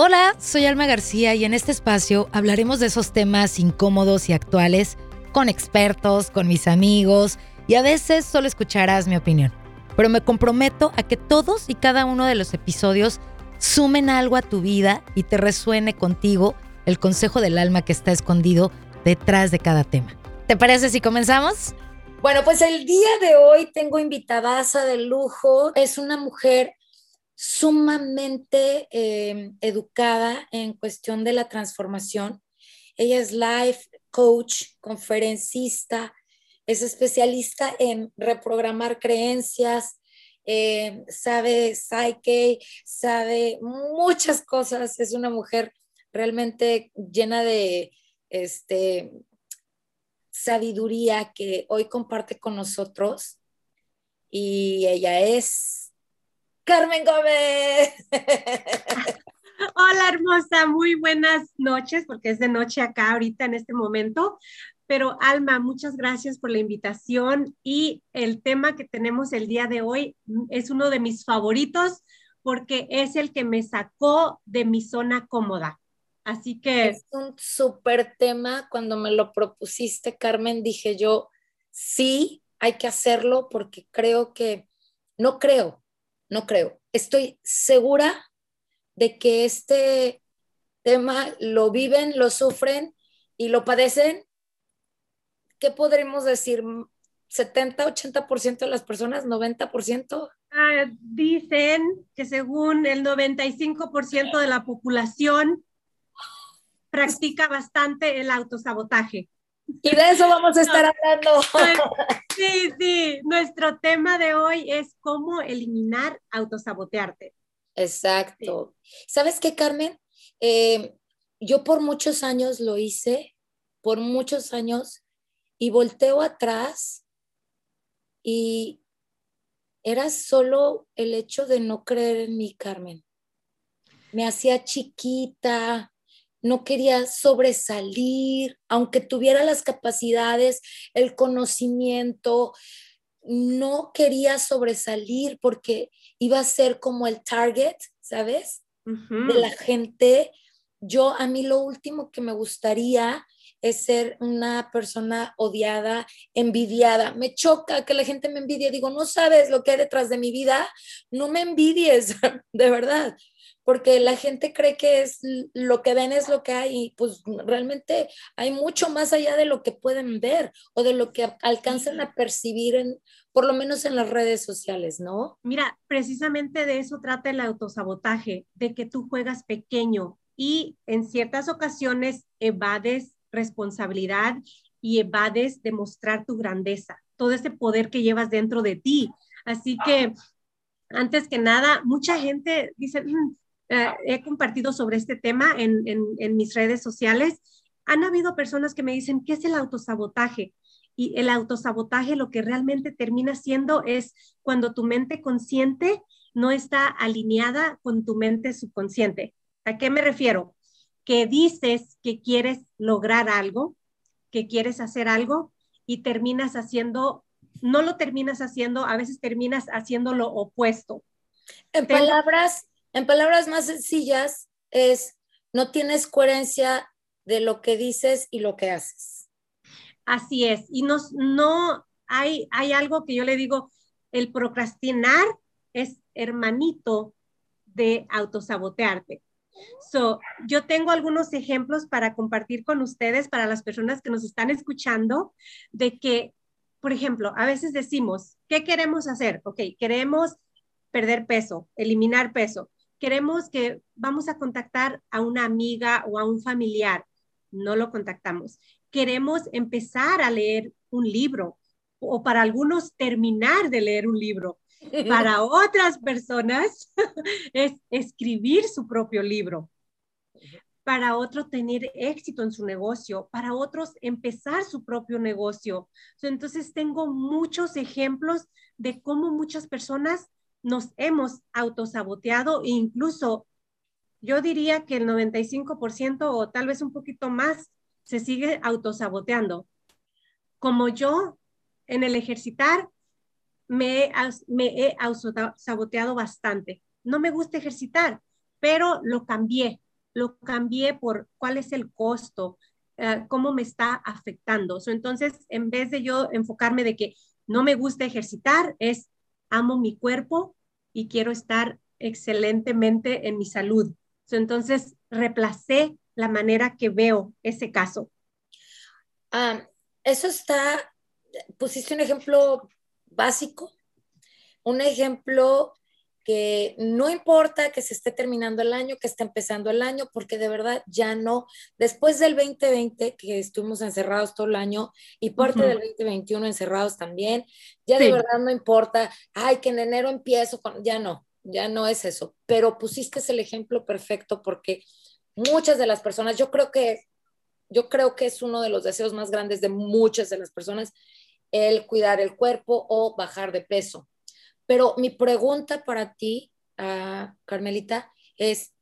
Hola, soy Alma García y en este espacio hablaremos de esos temas incómodos y actuales con expertos, con mis amigos y a veces solo escucharás mi opinión. Pero me comprometo a que todos y cada uno de los episodios sumen algo a tu vida y te resuene contigo el consejo del alma que está escondido detrás de cada tema. ¿Te parece si comenzamos? Bueno, pues el día de hoy tengo invitadaza de lujo. Es una mujer sumamente educada en cuestión de la transformación. Ella es life coach, conferencista, es especialista en reprogramar creencias, sabe Psyche, sabe muchas cosas. Es una mujer realmente llena de sabiduría que hoy comparte con nosotros y ella es Carmen Gómez. Hola hermosa, muy buenas noches, porque es de noche acá ahorita en este momento. Pero Alma, muchas gracias por la invitación y el tema que tenemos el día de hoy es uno de mis favoritos porque es el que me sacó de mi zona cómoda. Así que Es un súper tema. Cuando me lo propusiste, Carmen, dije yo, sí, hay que hacerlo porque no creo, no creo. Estoy segura de que este tema lo viven, lo sufren y lo padecen. ¿Qué podremos decir? 70-80% de las personas, 90%. dicen que según el 95% de la población practica bastante el autosabotaje. Y de eso vamos a estar hablando. Sí, sí, nuestro tema de hoy es cómo eliminar autosabotearte. Exacto. ¿Sabes qué, Carmen? Yo por muchos años lo hice, por muchos años, y volteo atrás y era solo el hecho de no creer en mí, Carmen. Me hacía chiquita, no quería sobresalir, aunque tuviera las capacidades, el conocimiento, no quería sobresalir porque iba a ser como el target, ¿sabes? De la gente. A mí lo último que me gustaría es ser una persona odiada, envidiada. Me choca que la gente me envidie. Digo, no sabes lo que hay detrás de mi vida, no me envidies, de verdad, porque la gente cree que es lo que ven es lo que hay y pues realmente hay mucho más allá de lo que pueden ver o de lo que alcanzan a percibir por lo menos en las redes sociales, ¿no? Mira, precisamente de eso trata el autosabotaje, de que tú juegas pequeño y en ciertas ocasiones evades responsabilidad y evades demostrar tu grandeza, todo ese poder que llevas dentro de ti. Así que, antes que nada, mucha gente dice, he compartido sobre este tema en mis redes sociales. Han habido personas que me dicen, ¿qué es el autosabotaje? Y el autosabotaje lo que realmente termina siendo es cuando tu mente consciente no está alineada con tu mente subconsciente. ¿A qué me refiero? Que dices que quieres lograr algo, que quieres hacer algo y terminas haciendo, no lo terminas haciendo, a veces terminas haciendo lo opuesto. En Tengo, palabras, en palabras más sencillas, no tienes coherencia de lo que dices y lo que haces. Así es. Y no hay algo que yo le digo, el procrastinar es hermanito de autosabotearte. Yo tengo algunos ejemplos para compartir con ustedes, para las personas que nos están escuchando, de que, por ejemplo, a veces decimos, ¿qué queremos hacer? Ok, queremos perder peso, eliminar peso. Queremos que vamos a contactar a una amiga o a un familiar. No lo contactamos. Queremos empezar a leer un libro o para algunos terminar de leer un libro. Para otras personas es escribir su propio libro. Para otros tener éxito en su negocio, para otros empezar su propio negocio. Entonces tengo muchos ejemplos de cómo muchas personas nos hemos autosaboteado e incluso yo diría que el 95% o tal vez un poquito más se sigue autosaboteando. Como yo en el ejercitar me he autosaboteado bastante. No me gusta ejercitar, pero lo cambié. lo cambié por cuál es el costo, cómo me está afectando. Entonces, en vez de yo enfocarme de que no me gusta ejercitar, es amo mi cuerpo y quiero estar excelentemente en mi salud. Entonces, reemplacé la manera que veo ese caso. Eso está, pusiste un ejemplo básico, un ejemplo que no importa que se esté terminando el año, que esté empezando el año, porque de verdad ya no, después del 2020, que estuvimos encerrados todo el año, y parte del 2021 encerrados también, ya de verdad no importa, ay, que en enero empiezo, ya no es eso, pero pusiste el ejemplo perfecto porque muchas de las personas, yo creo que es uno de los deseos más grandes de muchas de las personas, el cuidar el cuerpo o bajar de peso. Pero mi pregunta para ti, Carmelita, es,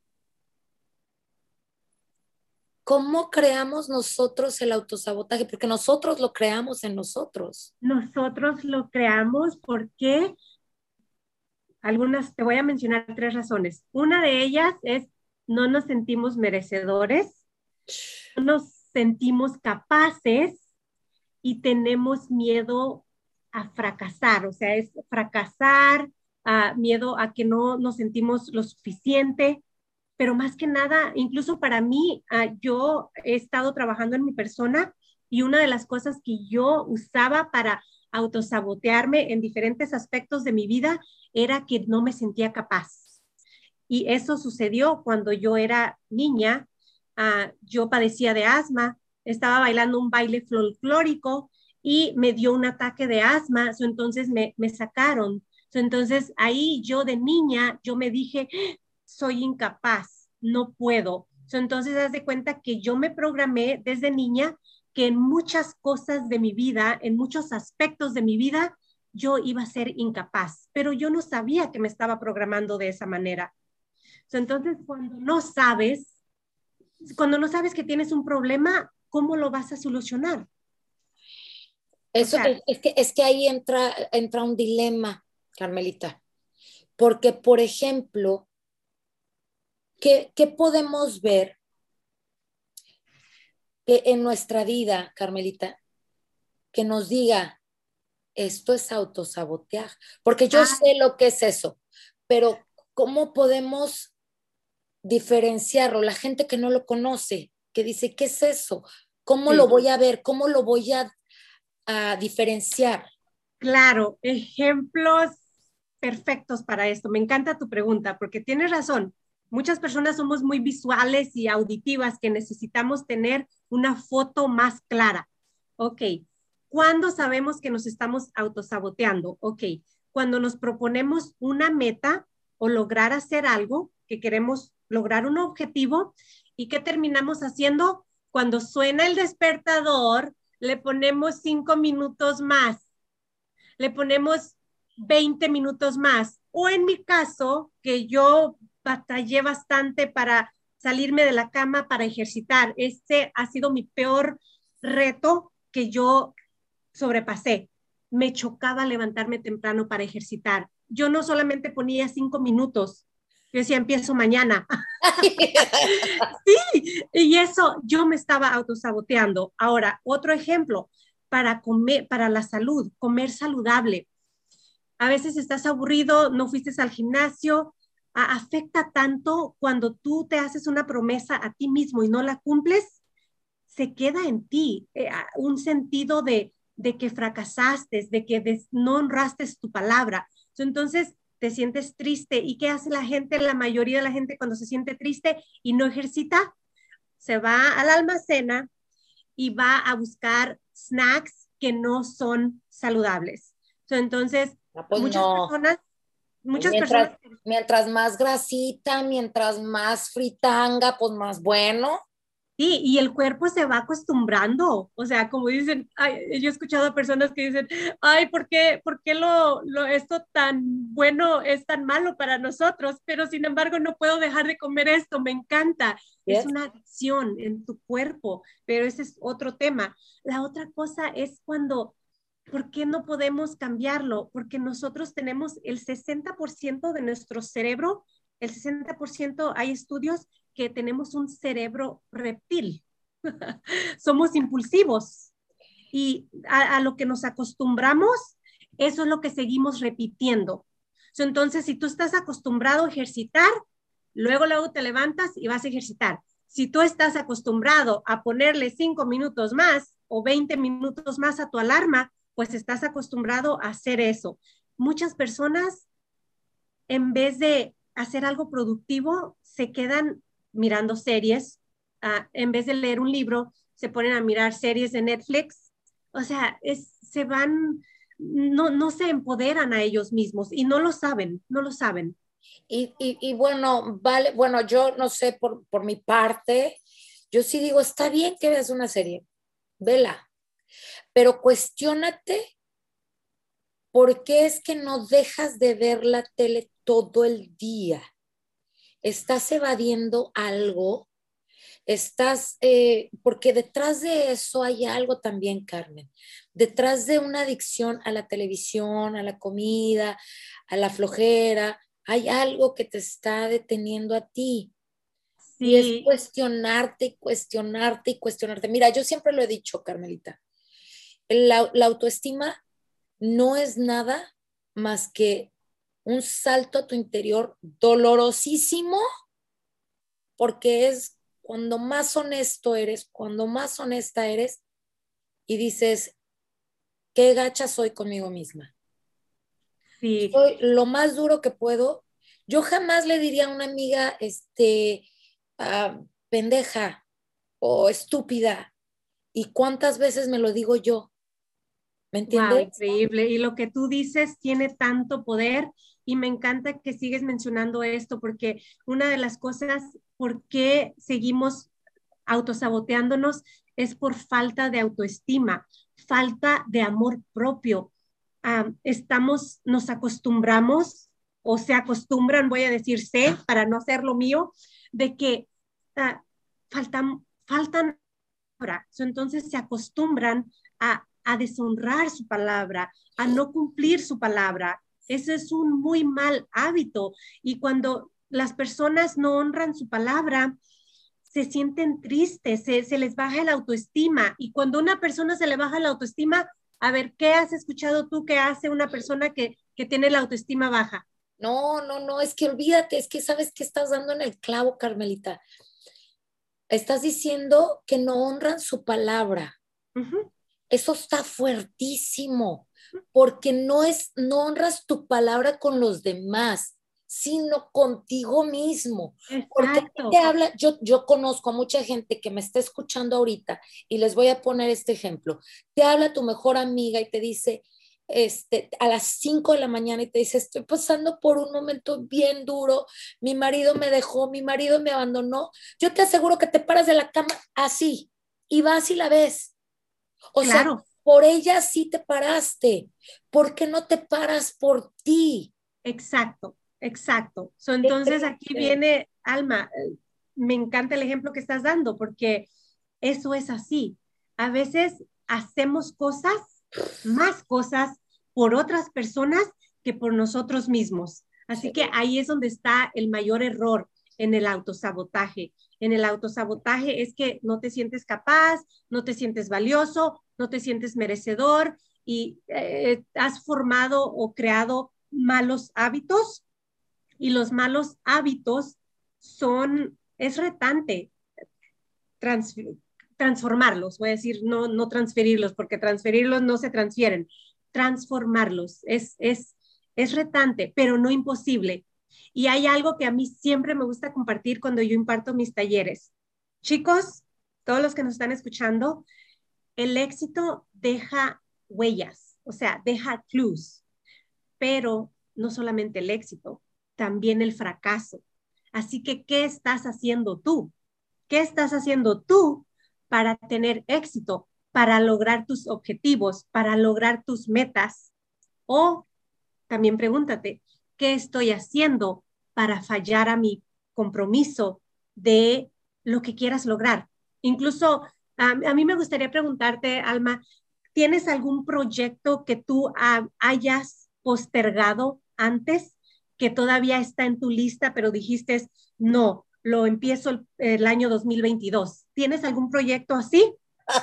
¿cómo creamos nosotros el autosabotaje? Porque nosotros lo creamos en nosotros. Nosotros lo creamos porque te voy a mencionar 3 razones. Una de ellas es no nos sentimos merecedores, no nos sentimos capaces y tenemos miedo a fracasar, o sea, es fracasar, miedo a que no nos sentimos lo suficiente, pero más que nada, incluso para mí, yo he estado trabajando en mi persona y una de las cosas que yo usaba para autosabotearme en diferentes aspectos de mi vida era que no me sentía capaz. Y eso sucedió cuando yo era niña. Yo padecía de asma, estaba bailando un baile folclórico y me dio un ataque de asma, entonces me sacaron. Entonces ahí yo de niña, yo me dije, soy incapaz, no puedo. Entonces haz de cuenta que yo me programé desde niña que en muchas cosas de mi vida, en muchos aspectos de mi vida, yo iba a ser incapaz, pero yo no sabía que me estaba programando de esa manera. Entonces, cuando no sabes que tienes un problema, ¿cómo lo vas a solucionar? Eso, O sea, es que ahí entra un dilema, Carmelita. Porque, por ejemplo, ¿qué podemos ver que en nuestra vida, Carmelita, que nos diga, esto es autosabotear? Porque yo sé lo que es eso, pero ¿cómo podemos diferenciarlo? La gente que no lo conoce, que dice, ¿qué es eso? ¿Cómo lo voy a ver? ¿Cómo lo voy a diferenciar? claro, ejemplos perfectos para esto. Me encanta tu pregunta porque tienes razón. Muchas personas somos muy visuales y auditivas que necesitamos tener una foto más clara. Ok, ¿cuándo sabemos que nos estamos autosaboteando? Ok, cuando nos proponemos una meta o lograr hacer algo, que queremos lograr un objetivo y que terminamos haciendo cuando suena el despertador, le ponemos 5 minutos más, le ponemos 20 minutos más. O en mi caso, que yo batallé bastante para salirme de la cama para ejercitar. Este ha sido mi peor reto que yo sobrepasé. Me chocaba levantarme temprano para ejercitar. Yo no solamente ponía 5 minutos, yo decía, empiezo mañana. Sí, y eso yo me estaba autosaboteando. Ahora, otro ejemplo, para comer, para la salud, comer saludable. A veces estás aburrido, no fuiste al gimnasio, afecta tanto cuando tú te haces una promesa a ti mismo y no la cumples, se queda en ti un sentido de que fracasaste, de que no honraste tu palabra. Entonces te sientes triste. ¿Y qué hace la gente? La mayoría de la gente cuando se siente triste y no ejercita, se va a la almacena y va a buscar snacks que no son saludables. Entonces, Pues muchas no. personas, muchas Mientras, personas mientras más grasita, mientras más fritanga, pues más bueno. sí, y el cuerpo se va acostumbrando. O sea, como dicen, ay, yo he escuchado a personas que dicen, ay, por qué esto tan bueno es tan malo para nosotros? Pero sin embargo, no puedo dejar de comer esto, me encanta. Es Yes. una adicción en tu cuerpo, pero ese es otro tema. La otra cosa es cuando, ¿por qué no podemos cambiarlo? Porque nosotros tenemos el 60% de nuestro cerebro el 60% hay estudios que tenemos un cerebro reptil. Somos impulsivos y a lo que nos acostumbramos, eso es lo que seguimos repitiendo. Entonces, si tú estás acostumbrado a ejercitar, luego te levantas y vas a ejercitar. Si tú estás acostumbrado a ponerle 5 minutos más o 20 minutos más a tu alarma, pues estás acostumbrado a hacer eso. Muchas personas, en vez de hacer algo productivo, se quedan mirando series. En vez de leer un libro, se ponen a mirar series de Netflix. O sea, se van, no se empoderan a ellos mismos y no lo saben, no lo saben. Y bueno, vale, bueno, yo no sé, por mi parte, yo sí digo, está bien que veas una serie, vela, pero cuestiónate por qué es que no dejas de ver la tele todo el día. ¿Estás evadiendo algo? Porque detrás de eso hay algo también, Carmen. Detrás de una adicción a la televisión, a la comida, a la flojera, hay algo que te está deteniendo a ti. Y es Sí, cuestionarte y cuestionarte y cuestionarte. Mira, yo siempre lo he dicho, Carmelita, la autoestima no es nada más que un salto a tu interior dolorosísimo, porque es cuando más honesto eres, cuando más honesta eres y dices, qué gacha soy conmigo misma. sí. Soy lo más duro que puedo. Yo jamás le diría a una amiga, pendeja o estúpida. ¿Y cuántas veces me lo digo yo? ¿Me Wow, entiendes? increíble. Y lo que tú dices tiene tanto poder y me encanta que sigues mencionando esto porque una de las cosas por qué seguimos autosaboteándonos es por falta de autoestima, falta de amor propio. Nos acostumbramos o se acostumbran, voy a decir sé para no hacer lo mío, de que ah, faltan palabra. Entonces se acostumbran a deshonrar su palabra, a no cumplir su palabra. Ese es un muy mal hábito. Y cuando las personas no honran su palabra, se sienten tristes, se les baja la autoestima. Y cuando a una persona se le baja la autoestima, a ver, ¿qué has escuchado tú que hace una persona que tiene la autoestima baja? No, no, no, es que olvídate, es que sabes que estás dando en el clavo, Carmelita. Estás diciendo que no honran su palabra. Uh -huh. Eso está fuertísimo, porque no honras tu palabra con los demás, sino contigo mismo. Porque a ti Exacto, te habla, yo conozco a mucha gente que me está escuchando ahorita y les voy a poner este ejemplo. Te habla tu mejor amiga y te dice, a las 5 de la mañana y te dice, estoy pasando por un momento bien duro, mi marido me dejó, mi marido me abandonó. Yo te aseguro que te paras de la cama así y vas y la ves. O sea, claro. por ella sí te paraste. ¿Por qué no te paras por ti? Exacto, exacto. Qué Entonces aquí triste. viene, Alma, me encanta el ejemplo que estás dando porque eso es así. A veces hacemos cosas, más cosas por otras personas que por nosotros mismos. Así Sí, que ahí es donde está el mayor error en el autosabotaje. En el autosabotaje es que no te sientes capaz, no te sientes valioso, no te sientes merecedor y has formado o creado malos hábitos y los malos hábitos es retante trans, transformarlos, voy a decir no transferirlos, porque transferirlos no se transfieren, transformarlos es retante, pero no imposible. Y hay algo que a mí siempre me gusta compartir cuando yo imparto mis talleres. Chicos, todos los que nos están escuchando, el éxito deja huellas, o sea, deja clues, pero no solamente el éxito, también el fracaso. Así que, ¿qué estás haciendo tú? ¿Qué estás haciendo tú para tener éxito, para lograr tus objetivos, para lograr tus metas? O también pregúntate, ¿qué estoy haciendo para fallar a mi compromiso de lo que quieras lograr? Incluso a mí me gustaría preguntarte, Alma, ¿tienes algún proyecto que tú hayas postergado antes que todavía está en tu lista, pero dijiste, no, lo empiezo el año 2022? ¿Tienes algún proyecto así?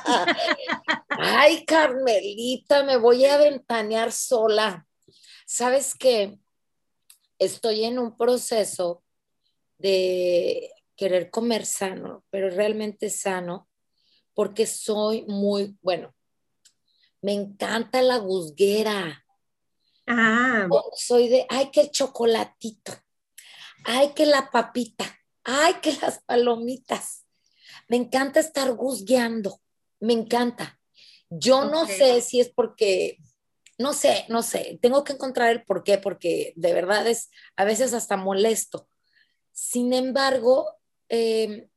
Ay, Carmelita, me voy a ventanear sola. ¿Sabes qué? Estoy en un proceso de querer comer sano, pero realmente sano, porque soy muy, bueno, me encanta la guzguera. Ah, Soy de, ay, que el chocolatito, ay, que la papita, ay, que las palomitas. Me encanta estar guzgueando, me encanta. Yo no ok. sé si es porque, no sé, tengo que encontrar el por qué, porque de verdad es a veces hasta molesto. Sin embargo, eh,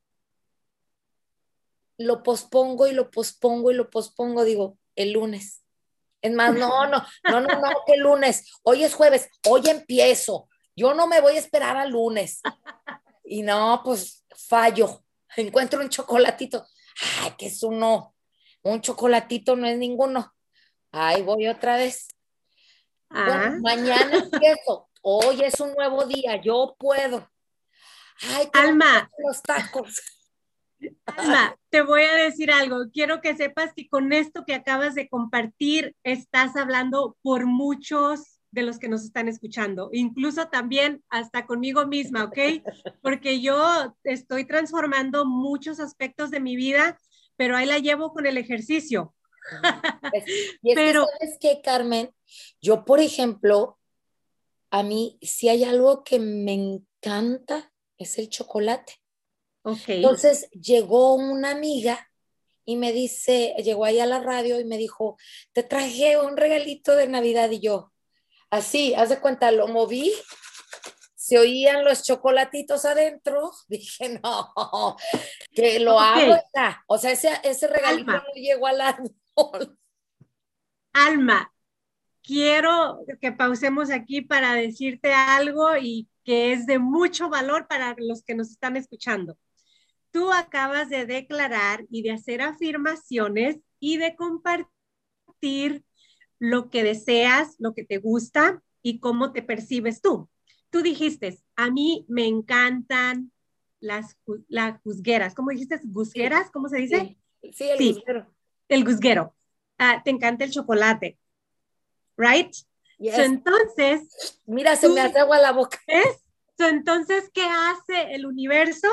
lo pospongo y lo pospongo y lo pospongo, digo, el lunes. Es más, no, que el lunes. Hoy es jueves, hoy empiezo. Yo no me voy a esperar al lunes. Y no, pues fallo. Encuentro un chocolatito. Ay, que es uno. Un chocolatito no es ninguno. Ay, voy otra vez. Bueno, Ah, mañana empiezo. Hoy es un nuevo día, yo puedo. Ay, que vamos a Alma, hacer los tacos. Alma, te voy a decir algo. Quiero que sepas que con esto que acabas de compartir, estás hablando por muchos de los que nos están escuchando, incluso también hasta conmigo misma, ¿ok? Porque yo estoy transformando muchos aspectos de mi vida, pero ahí la llevo con el ejercicio. Y es que, Pero, ¿sabes qué, Carmen? Yo, por ejemplo, a mí, si hay algo que me encanta, es el chocolate. ok, Entonces llegó una amiga y me dice, llegó ahí a la radio y me dijo, te traje un regalito de Navidad y yo, así, haz de cuenta, lo moví, se oían los chocolatitos adentro, dije, no, que lo ok, abro ya. O sea, ese regalito Alma, no llegó al árbol. Alma, quiero que pausemos aquí para decirte algo y que es de mucho valor para los que nos están escuchando. Tú acabas de declarar y de hacer afirmaciones y de compartir lo que deseas, lo que te gusta y cómo te percibes tú. Tú dijiste, a mí me encantan las juzgueras. ¿Cómo dijiste? Sí, ¿Gusgueras? ¿Cómo se dice? sí, sí, el Sí, gusguero. el gusguero. Te encanta el chocolate, ¿right? So, Yes. entonces, Mira, se me tú hace agua la boca. ves, so, entonces, ¿qué hace el universo?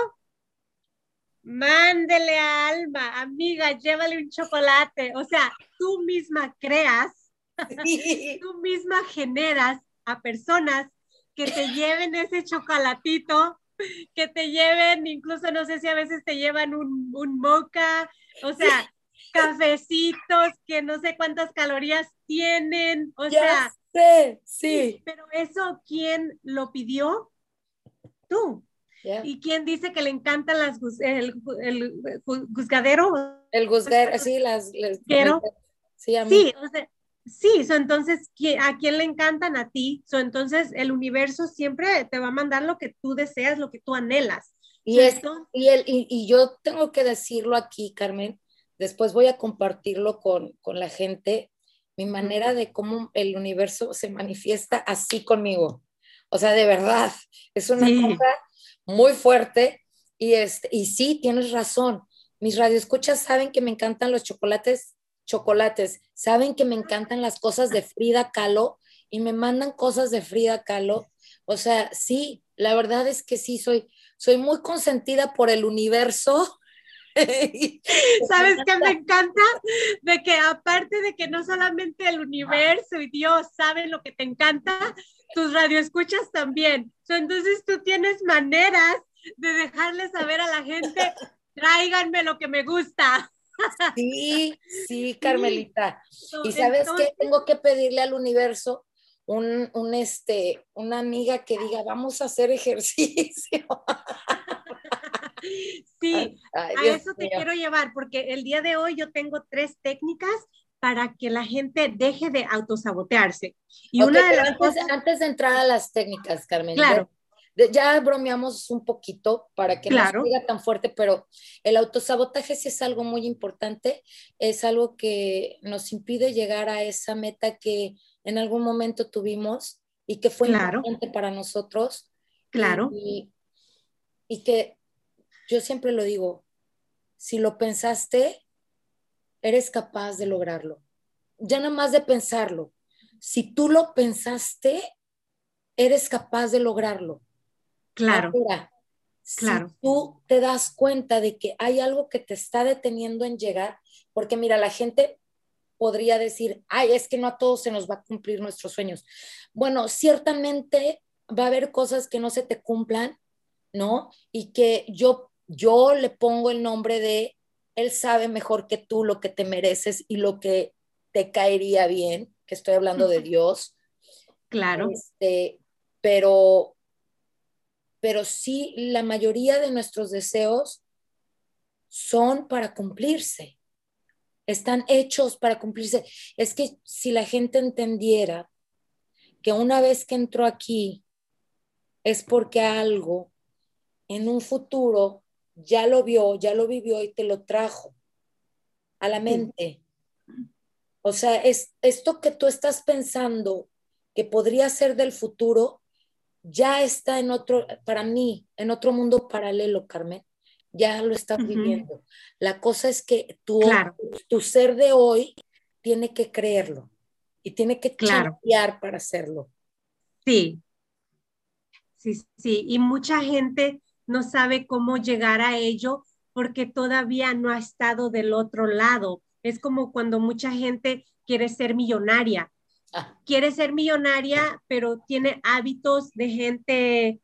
Mándele a Alma, amiga, llévale un chocolate. O sea, tú misma creas, Sí. tú misma generas a personas que te lleven ese chocolatito, que te lleven, incluso no sé si a veces te llevan un mocha, o sea, cafecitos que no sé cuántas calorías tienen, o Ya sea, sé, sí, sí. pero eso, ¿quién lo pidió? Tú. Ya. ¿Y quién dice que le encantan el juzgadero? El gusguero, sí, ¿Quiero? sí, a mí. Sí, o sea, sí, so, entonces, ¿a quién le encantan? A ti. So, entonces, el universo siempre te va a mandar lo que tú deseas, lo que tú anhelas. So, Y es, entonces, y yo tengo que decirlo aquí, Carmen, después voy a compartirlo con la gente, mi ujú, manera de cómo el universo se manifiesta así conmigo. O sea, de verdad, es una sí, cosa muy fuerte y sí, tienes razón. Mis radioescuchas saben que me encantan los chocolates, saben que me encantan las cosas de Frida Kahlo y me mandan cosas de Frida Kahlo. O sea, sí, la verdad es que sí, soy muy consentida por el universo. ¿sabes qué me encanta? De que aparte de que no solamente el universo y Dios saben lo que te encanta, tus radioescuchas también. So, entonces tú tienes maneras de dejarle saber a la gente, tráiganme lo que me gusta. Sí, sí, Sí. Carmelita. So, ¿Y sabes qué? entonces, Tengo que pedirle al universo una amiga que diga, vamos a hacer ejercicio. sí, Ay, a Dios eso te mío. quiero llevar porque el día de hoy yo tengo 3 técnicas para que la gente deje de autosabotearse. Y Ok, una de pero las antes, cosas, antes de entrar a las técnicas, Carmen, claro, ya bromeamos un poquito para que no se claro, diga tan fuerte, pero el autosabotaje sí es algo muy importante, es algo que nos impide llegar a esa meta que en algún momento tuvimos y que fue Claro, importante para nosotros claro, y que yo siempre lo digo, si lo pensaste, eres capaz de lograrlo. Ya nada más de pensarlo. Si tú lo pensaste, eres capaz de lograrlo. claro, Ahora, si claro. tú te das cuenta de que hay algo que te está deteniendo en llegar, porque mira, la gente podría decir, ay, es que no a todos se nos va a cumplir nuestros sueños. Bueno, ciertamente va a haber cosas que no se te cumplan, ¿no? Y que yo le pongo el nombre de, él sabe mejor que tú lo que te mereces y lo que te caería bien, que estoy hablando de Dios, Claro, este, pero, pero sí, la mayoría de nuestros deseos son para cumplirse, están hechos para cumplirse. Es que si la gente entendiera que una vez que entró aquí es porque algo en un futuro ya lo vio, ya lo vivió y te lo trajo a la sí, mente. O sea, es esto que tú estás pensando que podría ser del futuro, ya está en otro, para mí, en otro mundo paralelo, Carmen. Ya lo estás ujú, viviendo. La cosa es que claro, tu ser de hoy tiene que creerlo y tiene que claro, chambear para hacerlo. sí, sí, sí. Y mucha gente no sabe cómo llegar a ello porque todavía no ha estado del otro lado. Es como cuando mucha gente Ah, quiere ser millonaria, pero tiene hábitos de gente,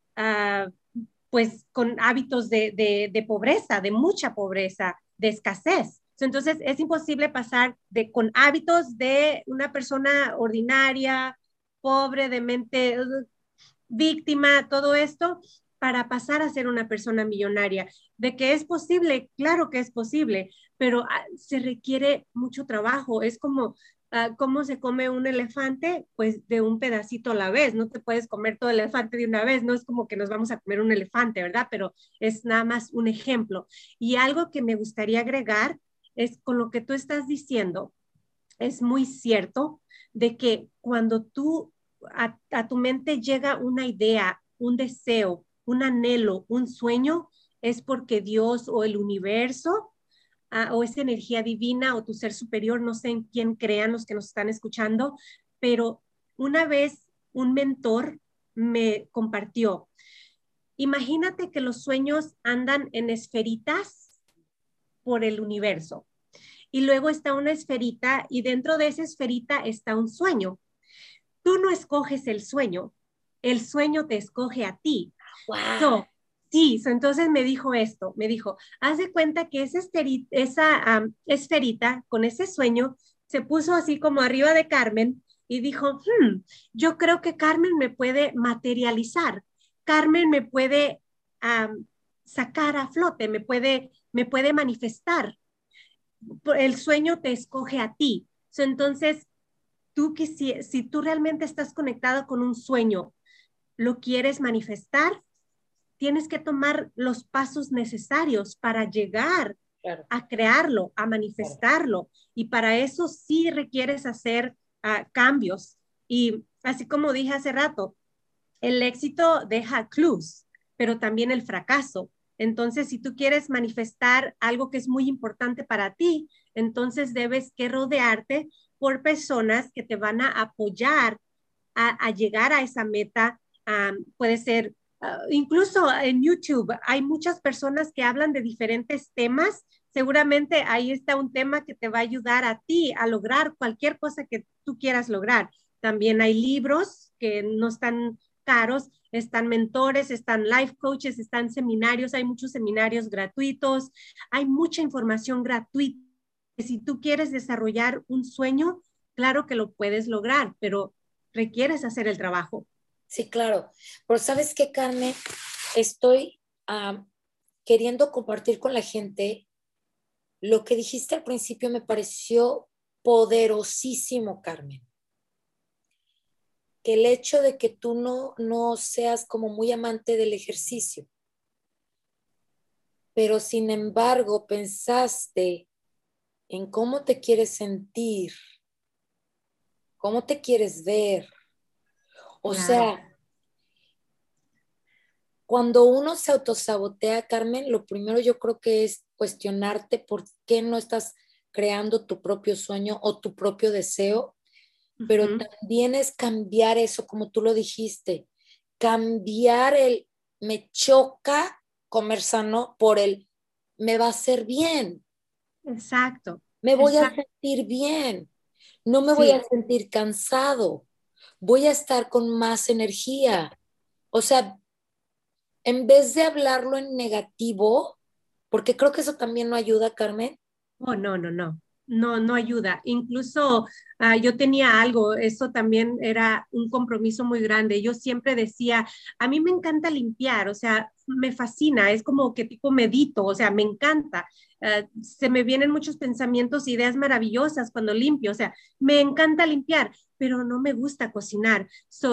pues con hábitos de pobreza, de mucha pobreza, de escasez. Entonces es imposible pasar con hábitos de una persona ordinaria, pobre, de mente, víctima, todo esto, para pasar a ser una persona millonaria. De que es posible, claro que es posible, pero se requiere mucho trabajo. Es como cómo se come un elefante, pues de un pedacito a la vez. No te puedes comer todo el elefante de una vez. No es como que nos vamos a comer un elefante, ¿verdad? Pero es nada más un ejemplo. Y algo que me gustaría agregar es con lo que tú estás diciendo, es muy cierto de que cuando a tu mente llega una idea, un deseo, un anhelo, un sueño, es porque Dios o el universo o esa energía divina o tu ser superior, no sé en quién crean los que nos están escuchando, pero una vez un mentor me compartió, imagínate que los sueños andan en esferitas por el universo y luego está una esferita y dentro de esa esferita está un sueño. Tú no escoges el sueño te escoge a ti. wow. So, sí, entonces me dijo esto, me dijo, haz de cuenta que esa esferita con ese sueño se puso así como arriba de Carmen y dijo, yo creo que Carmen me puede materializar, Carmen me puede sacar a flote, me puede manifestar. El sueño te escoge a ti. Entonces, si tú realmente estás conectado con un sueño, lo quieres manifestar, tienes que tomar los pasos necesarios para llegar Claro, a crearlo, a claro. manifestarlo. Y para eso sí requieres hacer cambios. Y así como dije hace rato, el éxito deja clues, pero también el fracaso. Entonces, si tú quieres manifestar algo que es muy importante para ti, entonces debes que rodearte por personas que te van a apoyar a llegar a esa meta. Puede ser, incluso en YouTube, hay muchas personas que hablan de diferentes temas. Seguramente ahí está un tema que te va a ayudar a ti a lograr cualquier cosa que tú quieras lograr. También hay libros que no están caros, están mentores, están life coaches, están seminarios, hay muchos seminarios gratuitos, hay mucha información gratuita. Si tú quieres desarrollar un sueño, claro que lo puedes lograr, pero requieres hacer el trabajo. Sí, claro. Pero ¿sabes qué, Carmen? Estoy queriendo compartir con la gente lo que dijiste al principio me pareció poderosísimo, Carmen. Que el hecho de que tú no seas como muy amante del ejercicio, pero sin embargo pensaste en cómo te quieres sentir, cómo te quieres ver, O Claro. sea, cuando uno se autosabotea, Carmen, lo primero yo creo que es cuestionarte por qué no estás creando tu propio sueño o tu propio deseo, pero Ujú. también es cambiar eso, como tú lo dijiste, cambiar el me choca comer sano por el me va a hacer bien, Exacto, me voy a exacto. sentir bien, no me voy a Sí. sentir cansado, voy a estar con más energía. O sea, en vez de hablarlo en negativo, porque creo que eso también no ayuda, Carmen. Oh, no, no, no, no, no ayuda. Incluso yo tenía algo, eso también era un compromiso muy grande. Yo siempre decía, a mí me encanta limpiar, o sea, me fascina, es como que tipo medito, o sea, me encanta. Se me vienen muchos pensamientos, ideas maravillosas cuando limpio, o sea, me encanta limpiar, pero no me gusta cocinar.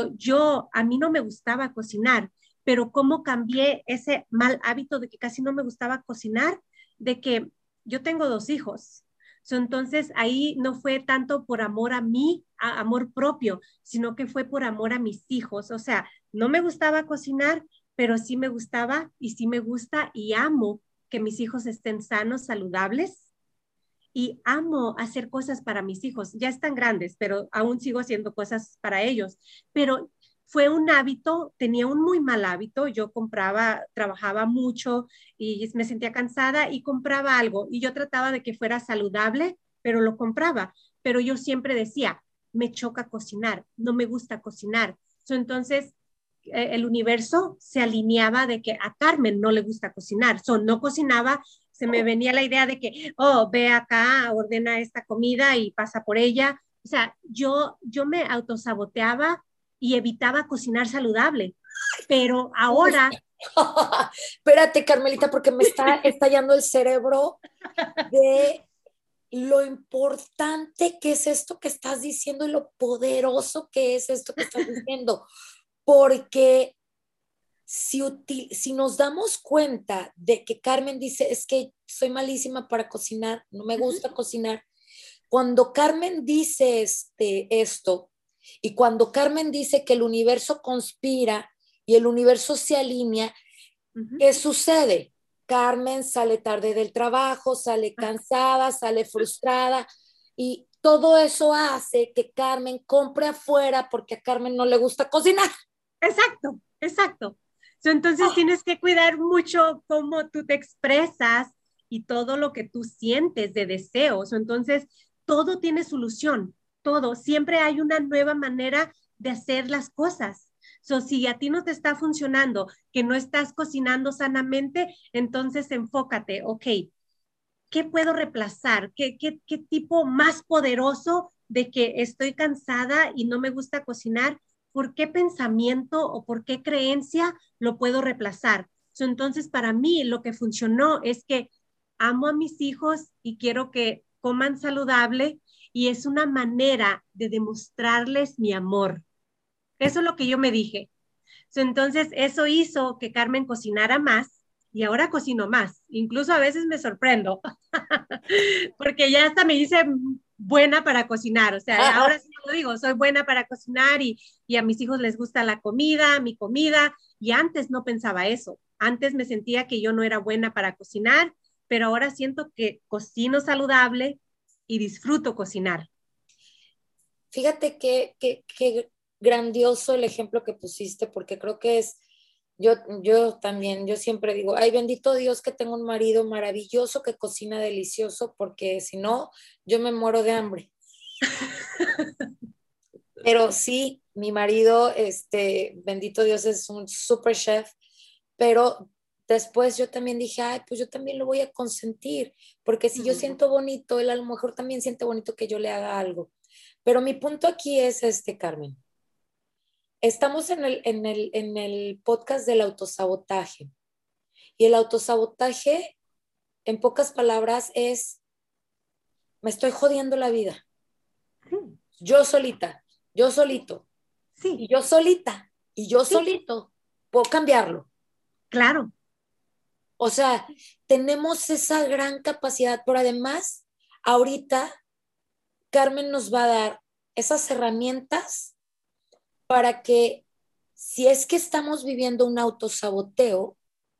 A mí no me gustaba cocinar, pero cómo cambié ese mal hábito de que casi no me gustaba cocinar, de que yo tengo dos hijos. Entonces ahí no fue tanto por amor a mí, amor propio, sino que fue por amor a mis hijos. O sea, no me gustaba cocinar, pero sí me gustaba y sí me gusta y amo que mis hijos estén sanos, saludables y amo hacer cosas para mis hijos. Ya están grandes, pero aún sigo haciendo cosas para ellos. Pero fue un hábito, tenía un muy mal hábito. Yo compraba, trabajaba mucho y me sentía cansada y compraba algo. Y yo trataba de que fuera saludable, pero lo compraba. Pero yo siempre decía, me choca cocinar, no me gusta cocinar. Entonces, el universo se alineaba de que a Carmen no le gusta cocinar. No cocinaba, se me venía la idea de que, oh, ve acá, ordena esta comida y pasa por ella. O sea, yo me autosaboteaba y evitaba cocinar saludable. Pero ahora, Espérate, Carmelita, porque me está estallando el cerebro de lo importante que es esto que estás diciendo y lo poderoso que es esto que estás diciendo. Porque si nos damos cuenta de que Carmen dice, es que soy malísima para cocinar, no me gusta cocinar, cuando Carmen dice esto y cuando Carmen dice que el universo conspira y el universo se alinea, uh -huh, ¿qué sucede? Carmen sale tarde del trabajo, sale cansada, sale frustrada y todo eso hace que Carmen compre afuera porque a Carmen no le gusta cocinar. exacto, exacto. Entonces tienes que cuidar mucho cómo tú te expresas y todo lo que tú sientes de deseos. Entonces, todo tiene solución, todo. Siempre hay una nueva manera de hacer las cosas. Si a ti no te está funcionando, que no estás cocinando sanamente, entonces enfócate, ok, ¿qué puedo reemplazar? ¿Qué tipo más poderoso de que estoy cansada y no me gusta cocinar? ¿Por qué pensamiento o por qué creencia lo puedo reemplazar? Entonces, para mí lo que funcionó es que amo a mis hijos y quiero que coman saludable y es una manera de demostrarles mi amor. Eso es lo que yo me dije. Entonces, eso hizo que Carmen cocinara más y ahora cocino más. Incluso a veces me sorprendo porque ya hasta me hice buena para cocinar. O sea, ahora sí lo digo, soy buena para cocinar y a mis hijos les gusta la comida, mi comida. Y antes no pensaba eso. Antes me sentía que yo no era buena para cocinar, pero ahora siento que cocino saludable y disfruto cocinar. Fíjate qué grandioso el ejemplo que pusiste, porque creo que es, yo también, yo siempre digo, ay, bendito Dios que tengo un marido maravilloso que cocina delicioso, porque si no, yo me muero de hambre. Pero sí, mi marido, bendito Dios, es un super chef, pero después yo también dije, ay, pues yo también lo voy a consentir, porque si yo siento bonito, él a lo mejor también siente bonito que yo le haga algo. Pero mi punto aquí es Carmen. Estamos en el podcast del autosabotaje. Y el autosabotaje, en pocas palabras, es, me estoy jodiendo la vida. Yo solita, yo solito, Sí, y yo solita, y yo sí, solito, puedo cambiarlo. claro. O sea, tenemos esa gran capacidad, pero además, ahorita Carmen nos va a dar esas herramientas para que si es que estamos viviendo un autosaboteo,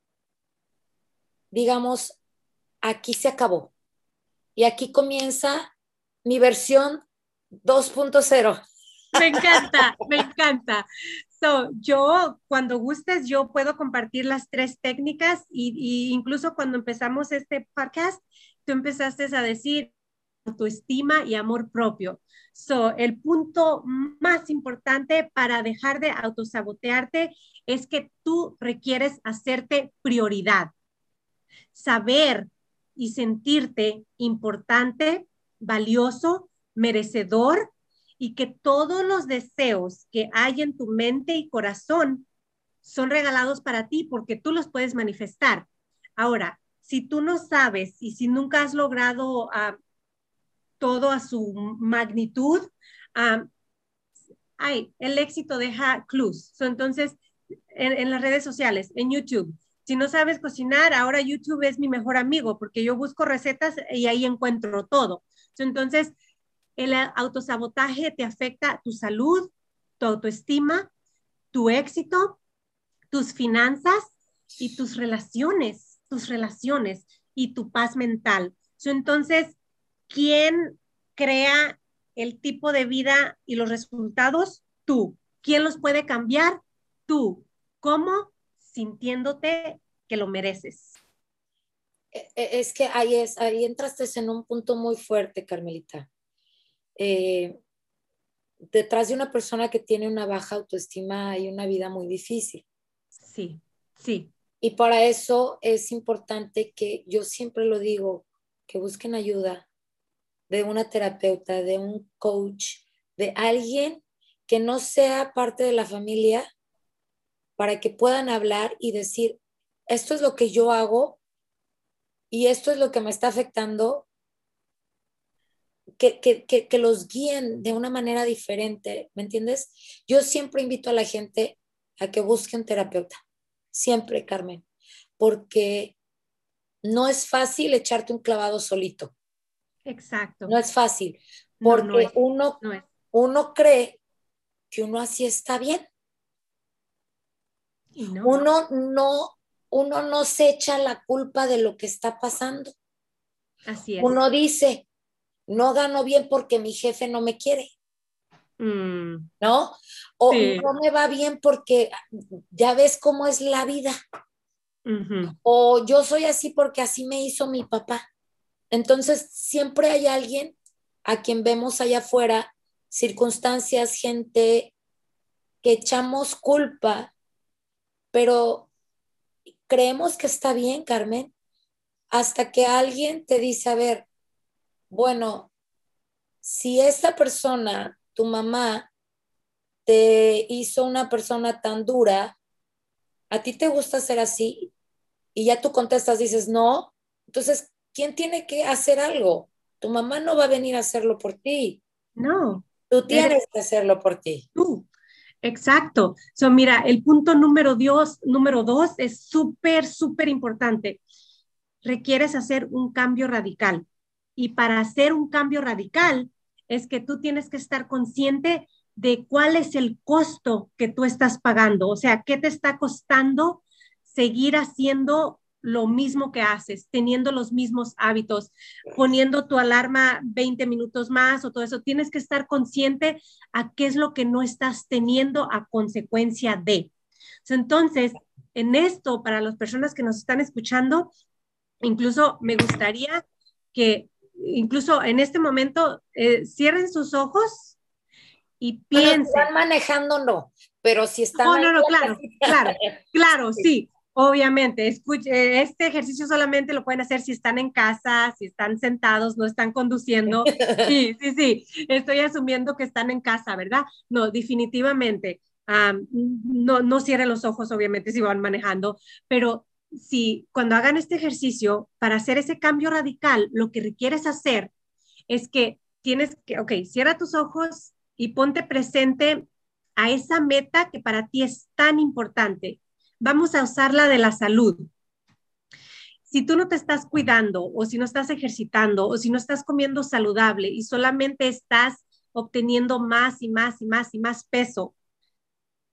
digamos, aquí se acabó. Y aquí comienza mi versión 2.0. Me encanta, me encanta. So, yo, cuando gustes, yo puedo compartir las 3 técnicas y incluso cuando empezamos este podcast, tú empezaste a decir autoestima y amor propio. So, el punto más importante para dejar de autosabotearte es que tú requieres hacerte prioridad, saber y sentirte importante, valioso, merecedor y que todos los deseos que hay en tu mente y corazón son regalados para ti porque tú los puedes manifestar. Ahora, si tú no sabes y si nunca has logrado todo a su magnitud, um, el éxito deja clues. So, entonces, en las redes sociales, en YouTube, si no sabes cocinar, ahora YouTube es mi mejor amigo porque yo busco recetas y ahí encuentro todo. So, entonces, el autosabotaje te afecta tu salud, tu autoestima, tu éxito, tus finanzas y tus relaciones y tu paz mental. So, entonces, ¿quién crea el tipo de vida y los resultados? Tú. ¿Quién los puede cambiar? Tú. ¿Cómo? Sintiéndote que lo mereces. Es que ahí entraste en un punto muy fuerte, Carmelita. Detrás de una persona que tiene una baja autoestima hay una vida muy difícil. Sí, sí. Y para eso es importante que yo siempre lo digo, que busquen ayuda de una terapeuta, de un coach, de alguien que no sea parte de la familia para que puedan hablar y decir, esto es lo que yo hago y esto es lo que me está afectando, que los guíen de una manera diferente, ¿me entiendes? Yo siempre invito a la gente a que busque un terapeuta, siempre, Carmen, porque no es fácil echarte un clavado solito. Exacto. No es fácil, No, porque no es, uno, no es. uno cree que uno así está bien. Y no. Uno no se echa la culpa de lo que está pasando. Así es. Uno dice, no gano bien porque mi jefe no me quiere, ¿no? O Sí. no me va bien porque ya ves cómo es la vida. Uh-huh. O yo soy así porque así me hizo mi papá. Entonces, siempre hay alguien a quien vemos allá afuera, circunstancias, gente que echamos culpa, pero creemos que está bien, Carmen, hasta que alguien te dice, a ver, bueno, si esta persona, tu mamá, te hizo una persona tan dura, ¿a ti te gusta ser así? Y ya tú contestas, dices, no. Entonces, ¿quién tiene que hacer algo? Tu mamá no va a venir a hacerlo por ti. No. Tú tienes que hacerlo por ti. Tú. Exacto. So, mira, el punto número 2 es súper, súper importante. Requieres hacer un cambio radical. Y para hacer un cambio radical es que tú tienes que estar consciente de cuál es el costo que tú estás pagando. O sea, ¿qué te está costando seguir haciendo lo mismo que haces, teniendo los mismos hábitos, poniendo tu alarma 20 minutos más o todo eso? Tienes que estar consciente a qué es lo que no estás teniendo a consecuencia de. Entonces, en esto, para las personas que nos están escuchando, incluso me gustaría que, incluso en este momento, cierren sus ojos y piensen. Bueno, si van manejando, no, pero si están Oh, ahí no, en la claro, casita. claro, sí. Obviamente, este ejercicio solamente lo pueden hacer si están en casa, si están sentados, no están conduciendo. Sí, sí, sí. Estoy asumiendo que están en casa, ¿verdad? No, definitivamente. No cierren los ojos, obviamente, si van manejando, pero si cuando hagan este ejercicio, para hacer ese cambio radical, lo que requieres hacer es que tienes que, ok, cierra tus ojos y ponte presente a esa meta que para ti es tan importante. Vamos a usar la de la salud. Si tú no te estás cuidando o si no estás ejercitando o si no estás comiendo saludable y solamente estás obteniendo más y más y más y más peso,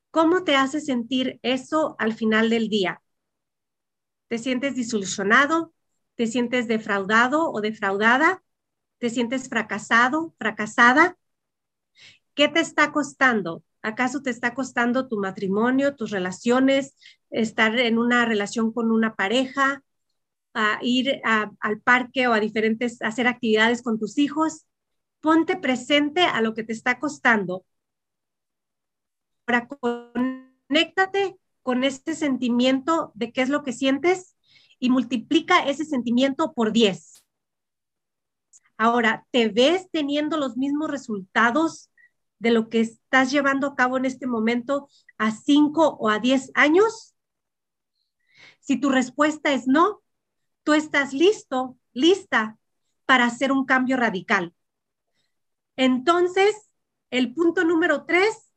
¿Cómo te hace sentir eso al final del día? ¿Te sientes desilusionado? ¿Te sientes defraudado o defraudada? ¿Te sientes fracasado, fracasada? ¿Qué te está costando? ¿Acaso te está costando tu matrimonio, tus relaciones, estar en una relación con una pareja, al parque o a hacer actividades con tus hijos? Ponte presente a lo que te está costando. Ahora, conéctate con ese sentimiento de qué es lo que sientes y multiplica ese sentimiento por 10. Ahora, ¿te ves teniendo los mismos resultados de lo que estás llevando a cabo en este momento a 5 o a 10 años? Si tu respuesta es no, tú estás listo, lista para hacer un cambio radical. Entonces, el punto número 3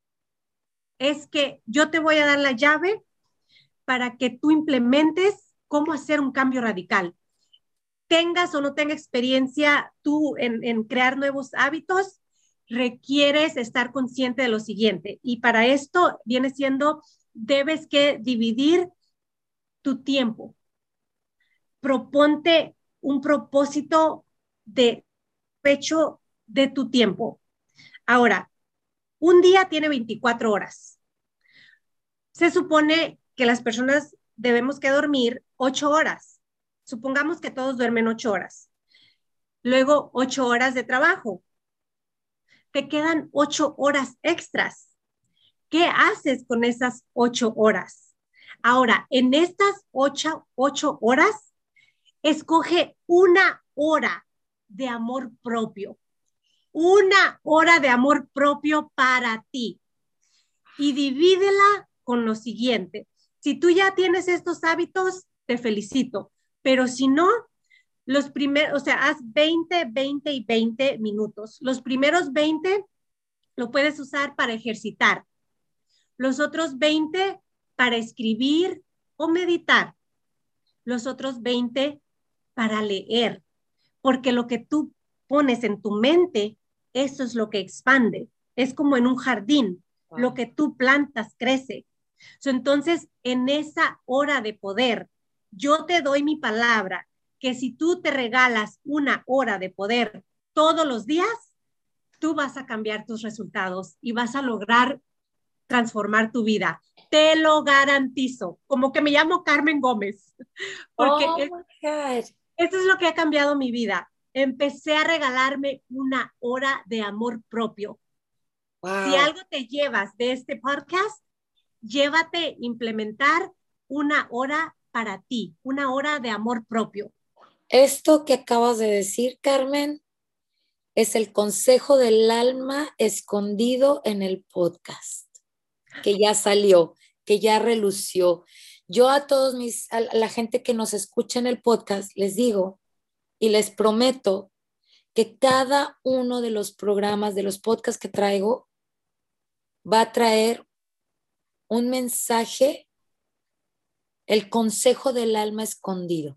es que yo te voy a dar la llave para que tú implementes cómo hacer un cambio radical. Tengas o no tengas experiencia tú en crear nuevos hábitos, requieres estar consciente de lo siguiente. Y para esto viene siendo, debes que dividir tu tiempo. Proponte un propósito de pecho de tu tiempo. Ahora, un día tiene 24 horas. Se supone que las personas debemos que dormir 8 horas. Supongamos que todos duermen 8 horas. Luego 8 horas de trabajo. Te quedan 8 horas extras. ¿Qué haces con esas 8 horas? Ahora, en estas 8 horas, escoge una hora de amor propio. Una hora de amor propio para ti. Y divídela con lo siguiente. Si tú ya tienes estos hábitos, te felicito. Pero si no, los primeros, o sea, haz 20, 20 y 20 minutos. Los primeros 20 lo puedes usar para ejercitar. Los otros 20 para escribir o meditar. Los otros 20 para leer. Porque lo que tú pones en tu mente, eso es lo que expande. Es como en un jardín. Wow. Lo que tú plantas crece. Entonces, en esa hora de poder, yo te doy mi palabra que si tú te regalas una hora de poder todos los días, tú vas a cambiar tus resultados y vas a lograr transformar tu vida. Te lo garantizo. Como que me llamo Carmen Gómez. Porque eso es lo que ha cambiado mi vida. Empecé a regalarme una hora de amor propio. Wow. Si algo te llevas de este podcast, llévate implementar una hora para ti, una hora de amor propio. Esto que acabas de decir, Carmen, es el consejo del alma escondido en el podcast, que ya salió, que ya relució. Yo a la gente que nos escucha en el podcast, les digo y les prometo que cada uno de los programas, de los podcasts que traigo, va a traer un mensaje, el consejo del alma escondido.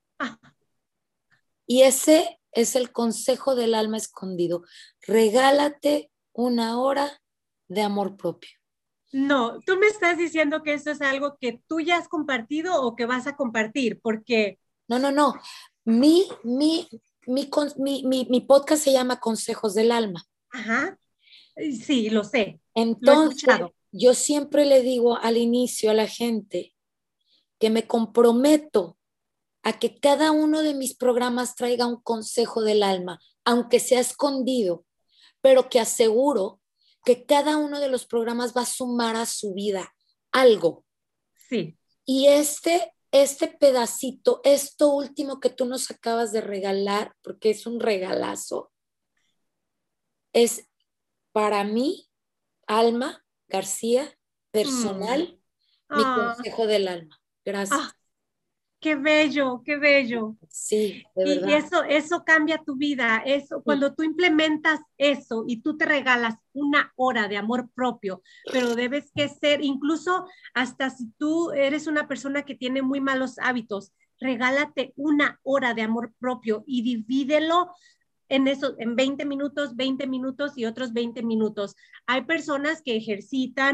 Y ese es el consejo del alma escondido. Regálate una hora de amor propio. No, tú me estás diciendo que eso es algo que tú ya has compartido o que vas a compartir, porque... No. Mi podcast se llama Consejos del Alma. Ajá. Sí, lo sé. Entonces, yo siempre le digo al inicio a la gente que me comprometo a que cada uno de mis programas traiga un consejo del alma, aunque sea escondido, pero que aseguro que cada uno de los programas va a sumar a su vida algo. Sí. Y este pedacito, esto último que tú nos acabas de regalar, porque es un regalazo, es para mí, Alma García, personal, mi consejo del alma. Gracias. Qué bello, qué bello. Sí, de verdad. Y eso cambia tu vida. Eso, cuando tú implementas eso y tú te regalas una hora de amor propio, pero debes que ser, incluso hasta si tú eres una persona que tiene muy malos hábitos, regálate una hora de amor propio y divídelo en 20 minutos y otros 20 minutos. Hay personas que ejercitan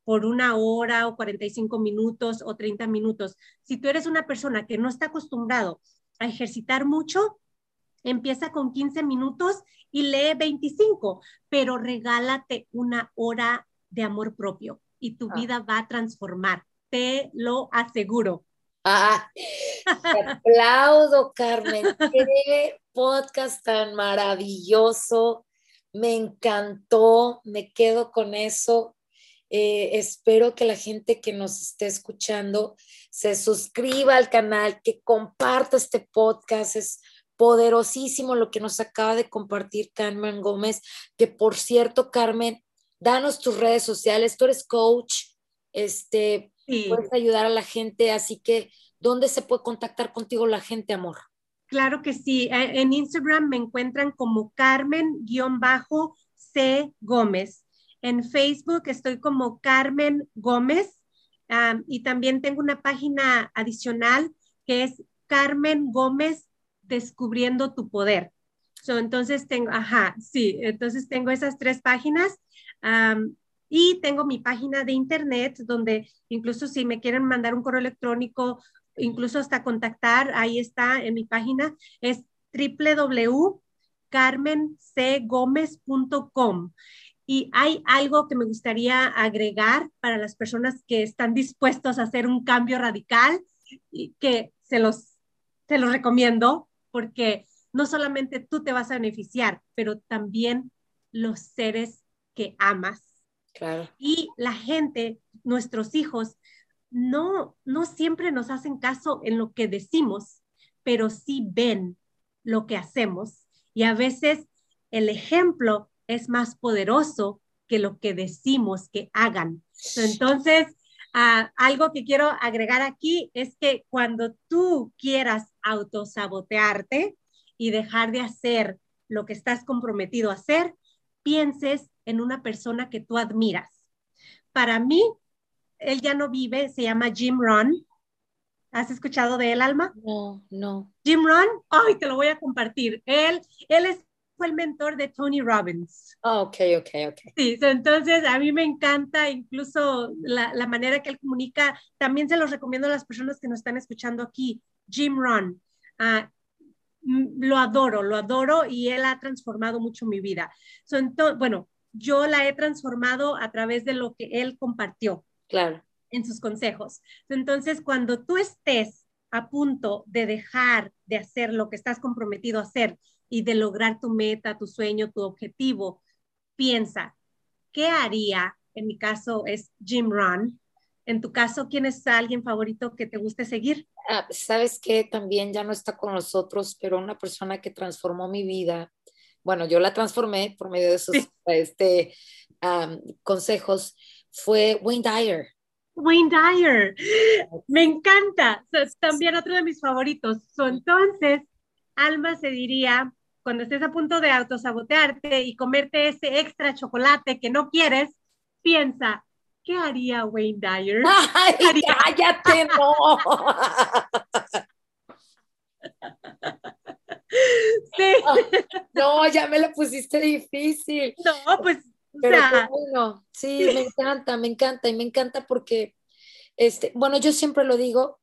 por 1 hora o 45 minutos o 30 minutos. Si tú eres una persona que no está acostumbrado a ejercitar mucho, empieza con 15 minutos y lee 25, pero regálate 1 hora de amor propio y tu vida va a transformar, te lo aseguro. Ah, te aplaudo, Carmen. Qué podcast tan maravilloso. Me encantó, me quedo con eso. Espero que la gente que nos esté escuchando se suscriba al canal, que comparta este podcast. Es poderosísimo lo que nos acaba de compartir Carmen Gómez, que por cierto, Carmen, danos tus redes sociales. Tú eres coach, Sí, puedes ayudar a la gente, así que ¿dónde se puede contactar contigo la gente, amor? claro que sí. En Instagram me encuentran como Carmen-C Gómez. En Facebook estoy como Carmen Gómez. Y también tengo una página adicional que es Carmen Gómez Descubriendo tu Poder. Entonces entonces tengo esas 3 páginas. Y tengo mi página de internet donde incluso si me quieren mandar un correo electrónico, incluso hasta contactar, ahí está en mi página, es www.carmencgomez.com. Y hay algo que me gustaría agregar para las personas que están dispuestos a hacer un cambio radical y que se los recomiendo porque no solamente tú te vas a beneficiar, pero también los seres que amas. Claro. Y la gente, nuestros hijos, no siempre nos hacen caso en lo que decimos, pero sí ven lo que hacemos. Y a veces el ejemplo es más poderoso que lo que decimos que hagan. Entonces, algo que quiero agregar aquí es que cuando tú quieras autosabotearte y dejar de hacer lo que estás comprometido a hacer, pienses en una persona que tú admiras. Para mí, él ya no vive, se llama Jim Rohn. ¿Has escuchado de él, Alma? No, no. Jim Rohn, ay, te lo voy a compartir. Fue el mentor de Tony Robbins. Oh, ok. Sí, entonces a mí me encanta incluso la manera que él comunica. También se los recomiendo a las personas que nos están escuchando aquí. Jim Rohn, lo adoro y él ha transformado mucho mi vida. Bueno, yo la he transformado a través de lo que él compartió. Claro. En sus consejos. Entonces, cuando tú estés a punto de dejar de hacer lo que estás comprometido a hacer y de lograr tu meta, tu sueño, tu objetivo, piensa, ¿qué haría? En mi caso es Jim Rohn. En tu caso, ¿quién es alguien favorito que te guste seguir? ¿Sabes qué? También ya no está con nosotros, pero una persona que transformó mi vida. Bueno, yo la transformé por medio de sus consejos. Fue Wayne Dyer. Wayne Dyer, me encanta, también otro de mis favoritos. Entonces, Alma se diría, cuando estés a punto de autosabotearte y comerte ese extra chocolate que no quieres, piensa, ¿qué haría Wayne Dyer? ¡Ay, cállate, no! Sí. No, ya me la pusiste difícil. No, pues, Pero qué bueno, sí, me encanta y me encanta porque, bueno, yo siempre lo digo,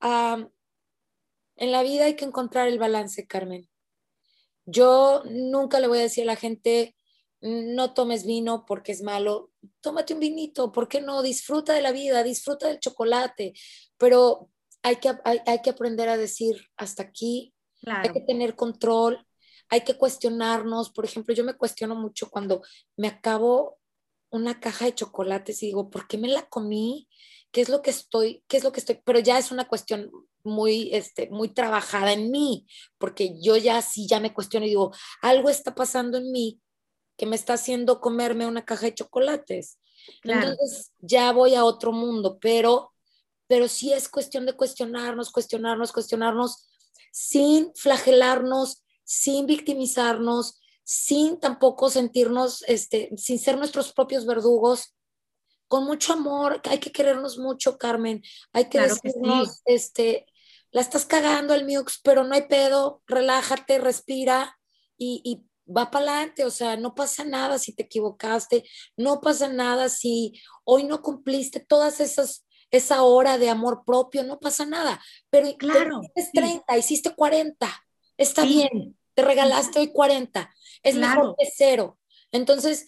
en la vida hay que encontrar el balance, Carmen. Yo nunca le voy a decir a la gente, no tomes vino porque es malo, tómate un vinito, ¿por qué no? Disfruta de la vida, disfruta del chocolate, pero hay que aprender a decir hasta aquí, hay claro. que tener control, hay que cuestionarnos. Por ejemplo, yo me cuestiono mucho cuando me acabo una caja de chocolates y digo, ¿por qué me la comí? ¿Qué es lo que estoy? Pero ya es una cuestión muy trabajada en mí, porque yo ya sí, ya me cuestiono y digo, algo está pasando en mí que me está haciendo comerme una caja de chocolates. Claro. Entonces ya voy a otro mundo, pero sí es cuestión de cuestionarnos, sin flagelarnos, sin victimizarnos, sin tampoco sentirnos, sin ser nuestros propios verdugos, con mucho amor. Hay que querernos mucho, Carmen. Hay que Claro que sí. decirnos, la estás cagando el Miux, pero no hay pedo, relájate, respira y va para adelante, o sea, no pasa nada si te equivocaste, no pasa nada si hoy no cumpliste esa hora de amor propio, no pasa nada, pero Claro, hiciste 30, hiciste 40, está sí, bien, te regalaste hoy 40, es mejor claro, que cero. Entonces,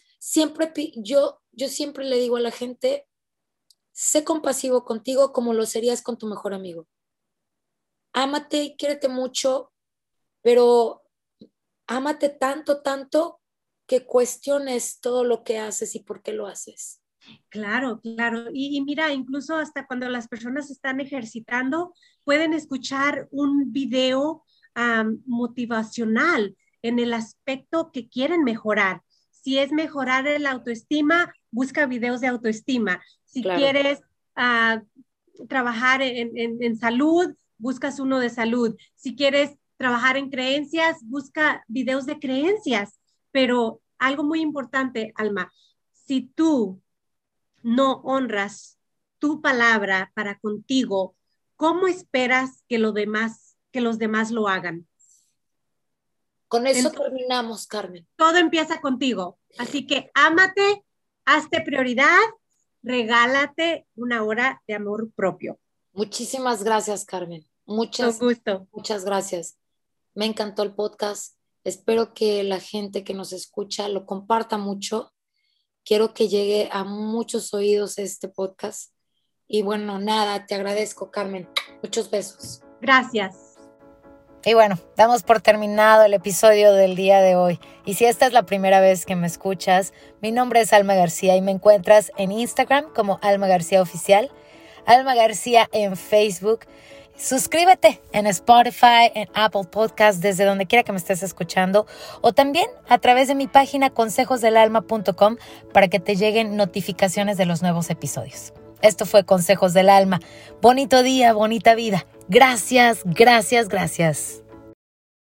yo siempre le digo a la gente, sé compasivo contigo como lo serías con tu mejor amigo. Ámate y quiérete mucho, pero ámate tanto, tanto que cuestiones todo lo que haces y por qué lo haces. claro, claro. Y mira, incluso hasta cuando las personas están ejercitando, pueden escuchar un video motivacional en el aspecto que quieren mejorar. Si es mejorar la autoestima, busca videos de autoestima. Si Claro. quieres ah, trabajar en salud, buscas uno de salud. Si quieres trabajar en creencias, busca videos de creencias. Pero algo muy importante, Alma, si tú no honras tu palabra para contigo, ¿cómo esperas que los demás lo hagan? Con eso Entonces, terminamos, Carmen. todo empieza contigo. Así que ámate, hazte prioridad, regálate una hora de amor propio. Muchísimas gracias, Carmen. Con Muchas, gusto. muchas gracias. Me encantó el podcast. Espero que la gente que nos escucha lo comparta mucho. Quiero que llegue a muchos oídos este podcast. Y bueno, nada, te agradezco, Carmen. Muchos besos. Gracias. Y bueno, damos por terminado el episodio del día de hoy. Y si esta es la primera vez que me escuchas, mi nombre es Alma García y me encuentras en Instagram como Alma García Oficial, Alma García en Facebook. Suscríbete en Spotify, en Apple Podcasts, desde donde quiera que me estés escuchando, o también a través de mi página consejosdelalma.com para que te lleguen notificaciones de los nuevos episodios. Esto fue Consejos del Alma. Bonito día, bonita vida. Gracias, gracias, gracias.